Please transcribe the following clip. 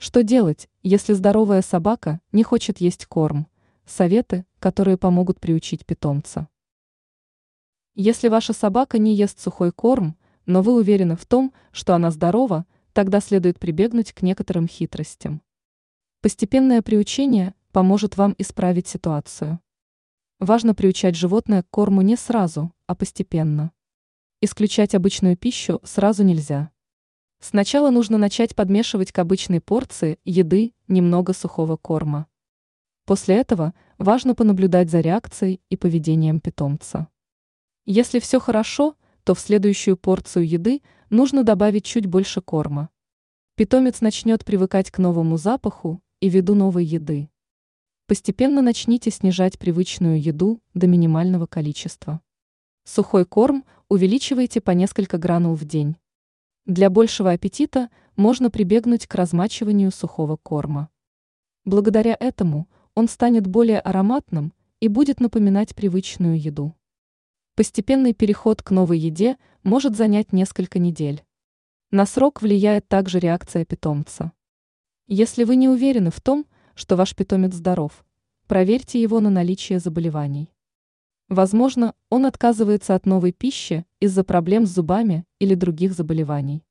Что делать, если здоровая собака не хочет есть корм? Советы, которые помогут приучить питомца. Если ваша собака не ест сухой корм, но вы уверены в том, что она здорова, тогда следует прибегнуть к некоторым хитростям. Постепенное приучение поможет вам исправить ситуацию. Важно приучать животное к корму не сразу, а постепенно. Исключать обычную пищу сразу нельзя. Сначала нужно начать подмешивать к обычной порции еды немного сухого корма. После этого важно понаблюдать за реакцией и поведением питомца. Если все хорошо, то в следующую порцию еды нужно добавить чуть больше корма. Питомец начнет привыкать к новому запаху и виду новой еды. Постепенно начните снижать привычную еду до минимального количества. Сухой корм увеличивайте по несколько гранул в день. Для большего аппетита можно прибегнуть к размачиванию сухого корма. Благодаря этому он станет более ароматным и будет напоминать привычную еду. Постепенный переход к новой еде может занять несколько недель. На срок влияет также реакция питомца. Если вы не уверены в том, что ваш питомец здоров, проверьте его на наличие заболеваний. Возможно, он отказывается от новой пищи из-за проблем с зубами или других заболеваний.